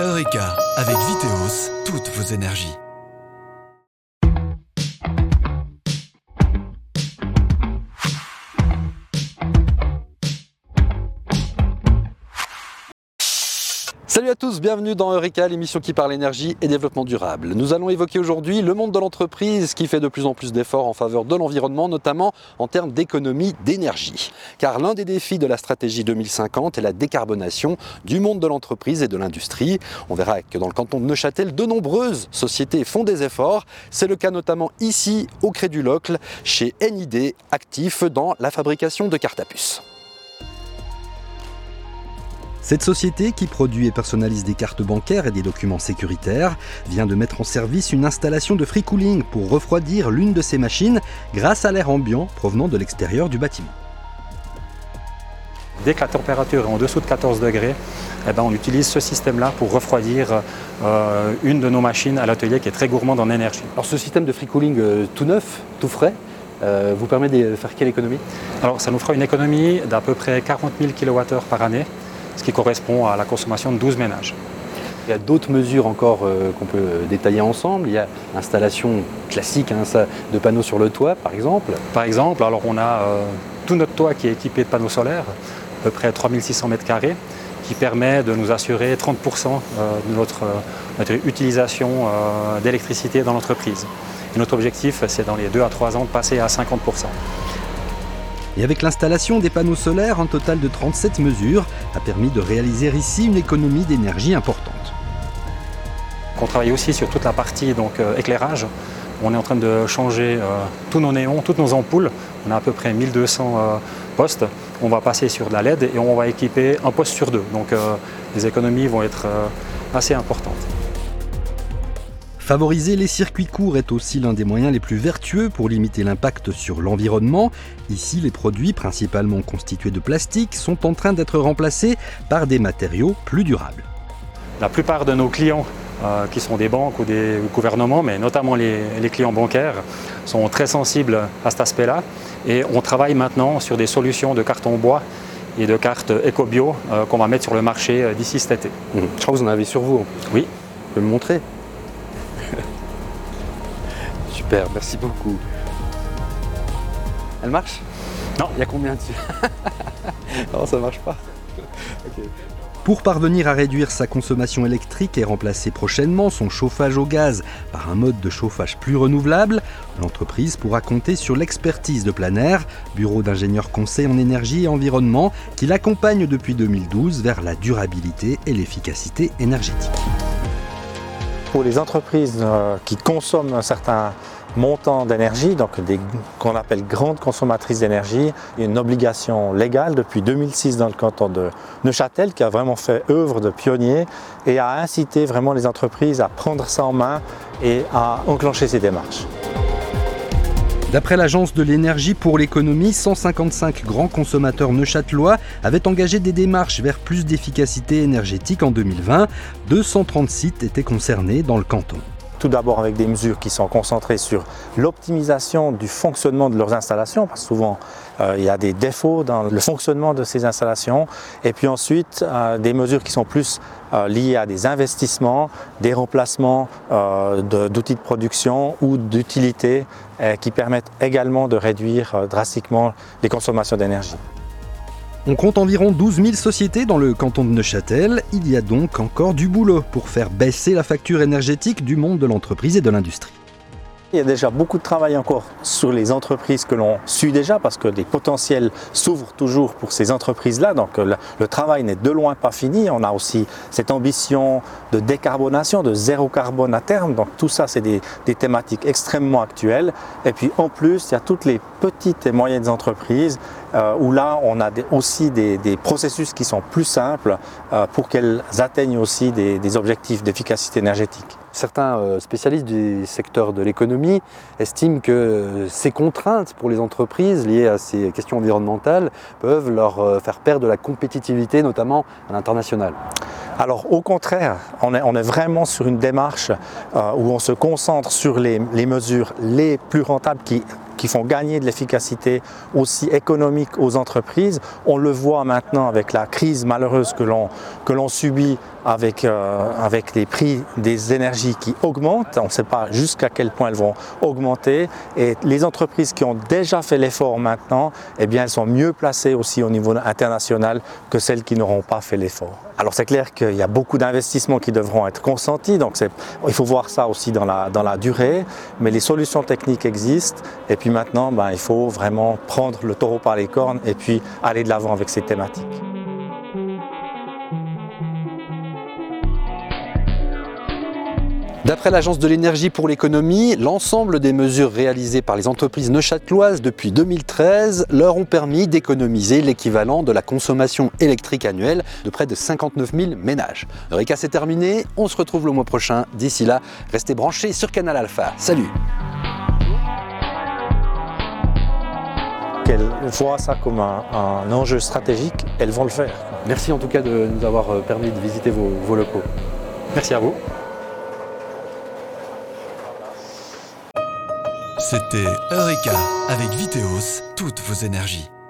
Eureka, avec Viteos, toutes vos énergies. Salut à tous, bienvenue dans Eureka, l'émission qui parle énergie et développement durable. Nous allons évoquer aujourd'hui le monde de l'entreprise qui fait de plus en plus d'efforts en faveur de l'environnement, notamment en termes d'économie d'énergie. Car l'un des défis de la stratégie 2050 est la décarbonation du monde de l'entreprise et de l'industrie. On verra que dans le canton de Neuchâtel, de nombreuses sociétés font des efforts. C'est le cas notamment ici, au Cré du Locle, chez NID, actif dans la fabrication de cartes à puce. Cette société, qui produit et personnalise des cartes bancaires et des documents sécuritaires, vient de mettre en service une installation de free cooling pour refroidir l'une de ses machines grâce à l'air ambiant provenant de l'extérieur du bâtiment. Dès que la température est en dessous de 14 degrés, on utilise ce système-là pour refroidir une de nos machines à l'atelier qui est très gourmande en énergie. Alors ce système de free cooling tout neuf, tout frais, vous permet de faire quelle économie? Alors ça nous fera une économie d'à peu près 40 000 kWh par année, ce qui correspond à la consommation de 12 ménages. Il y a d'autres mesures encore qu'on peut détailler ensemble. Il y a l'installation classique de panneaux sur le toit, par exemple. Par exemple, alors on a tout notre toit qui est équipé de panneaux solaires, à peu près 3600 m², qui permet de nous assurer 30% de notre utilisation d'électricité dans l'entreprise. Et notre objectif, c'est dans les 2 à 3 ans de passer à 50%. Et avec l'installation des panneaux solaires, un total de 37 mesures a permis de réaliser ici une économie d'énergie importante. On travaille aussi sur toute la partie éclairage. On est en train de changer tous nos néons, toutes nos ampoules. On a à peu près 1200 postes. On va passer sur de la LED et on va équiper un poste sur 2. Donc les économies vont être assez importantes. Favoriser les circuits courts est aussi l'un des moyens les plus vertueux pour limiter l'impact sur l'environnement. Ici, les produits, principalement constitués de plastique, sont en train d'être remplacés par des matériaux plus durables. La plupart de nos clients, qui sont des banques ou des gouvernements, mais notamment les clients bancaires, sont très sensibles à cet aspect-là. Et on travaille maintenant sur des solutions de carton bois et de cartes éco-bio qu'on va mettre sur le marché d'ici cet été. Je crois que vous en avez sur vous. Oui. Vous pouvez me montrer? Super, merci beaucoup. Elle marche? Non. Il y a combien dessus? Non, ça marche pas. Okay. Pour parvenir à réduire sa consommation électrique et remplacer prochainement son chauffage au gaz par un mode de chauffage plus renouvelable, l'entreprise pourra compter sur l'expertise de Planer, bureau d'ingénieurs conseil en énergie et environnement, qui l'accompagne depuis 2012 vers la durabilité et l'efficacité énergétique. Pour les entreprises qui consomment un certain montant d'énergie, donc qu'on appelle grandes consommatrices d'énergie, il y a une obligation légale depuis 2006 dans le canton de Neuchâtel qui a vraiment fait œuvre de pionnier et a incité vraiment les entreprises à prendre ça en main et à enclencher ces démarches. D'après l'Agence de l'énergie pour l'économie, 155 grands consommateurs neuchâtelois avaient engagé des démarches vers plus d'efficacité énergétique en 2020. 230 sites étaient concernés dans le canton. Tout d'abord avec des mesures qui sont concentrées sur l'optimisation du fonctionnement de leurs installations, parce que souvent il y a des défauts dans le fonctionnement de ces installations. Et puis ensuite des mesures qui sont plus liées à des investissements, des remplacements d'outils de production ou d'utilités qui permettent également de réduire drastiquement les consommations d'énergie. On compte environ 12 000 sociétés dans le canton de Neuchâtel. Il y a donc encore du boulot pour faire baisser la facture énergétique du monde de l'entreprise et de l'industrie. Il y a déjà beaucoup de travail encore sur les entreprises que l'on suit déjà parce que des potentiels s'ouvrent toujours pour ces entreprises-là. Donc le travail n'est de loin pas fini. On a aussi cette ambition de décarbonation, de zéro carbone à terme. Donc tout ça, c'est des thématiques extrêmement actuelles. Et puis en plus, il y a toutes les petites et moyennes entreprises où là, on a aussi des processus qui sont plus simples pour qu'elles atteignent aussi des objectifs d'efficacité énergétique. Certains spécialistes du secteur de l'économie estiment que ces contraintes pour les entreprises liées à ces questions environnementales peuvent leur faire perdre de la compétitivité, notamment à l'international. Alors au contraire, on est vraiment sur une démarche où on se concentre sur les mesures les plus rentables qui qui font gagner de l'efficacité aussi économique aux entreprises. On le voit maintenant avec la crise malheureuse que l'on subit avec les prix des énergies qui augmentent. On ne sait pas jusqu'à quel point elles vont augmenter. Et les entreprises qui ont déjà fait l'effort maintenant, eh bien, elles sont mieux placées aussi au niveau international que celles qui n'auront pas fait l'effort. Alors c'est clair qu'il y a beaucoup d'investissements qui devront être consentis, donc il faut voir ça aussi dans la durée, mais les solutions techniques existent et puis maintenant il faut vraiment prendre le taureau par les cornes et puis aller de l'avant avec ces thématiques. D'après l'Agence de l'énergie pour l'économie, l'ensemble des mesures réalisées par les entreprises neuchâteloises depuis 2013 leur ont permis d'économiser l'équivalent de la consommation électrique annuelle de près de 59 000 ménages. Eureka, c'est terminé, on se retrouve le mois prochain. D'ici là, restez branchés sur Canal Alpha. Salut! Qu'elles voient ça comme un enjeu stratégique, elles vont le faire. Merci en tout cas de nous avoir permis de visiter vos locaux. Merci à vous. C'était Eureka avec Viteos, toutes vos énergies.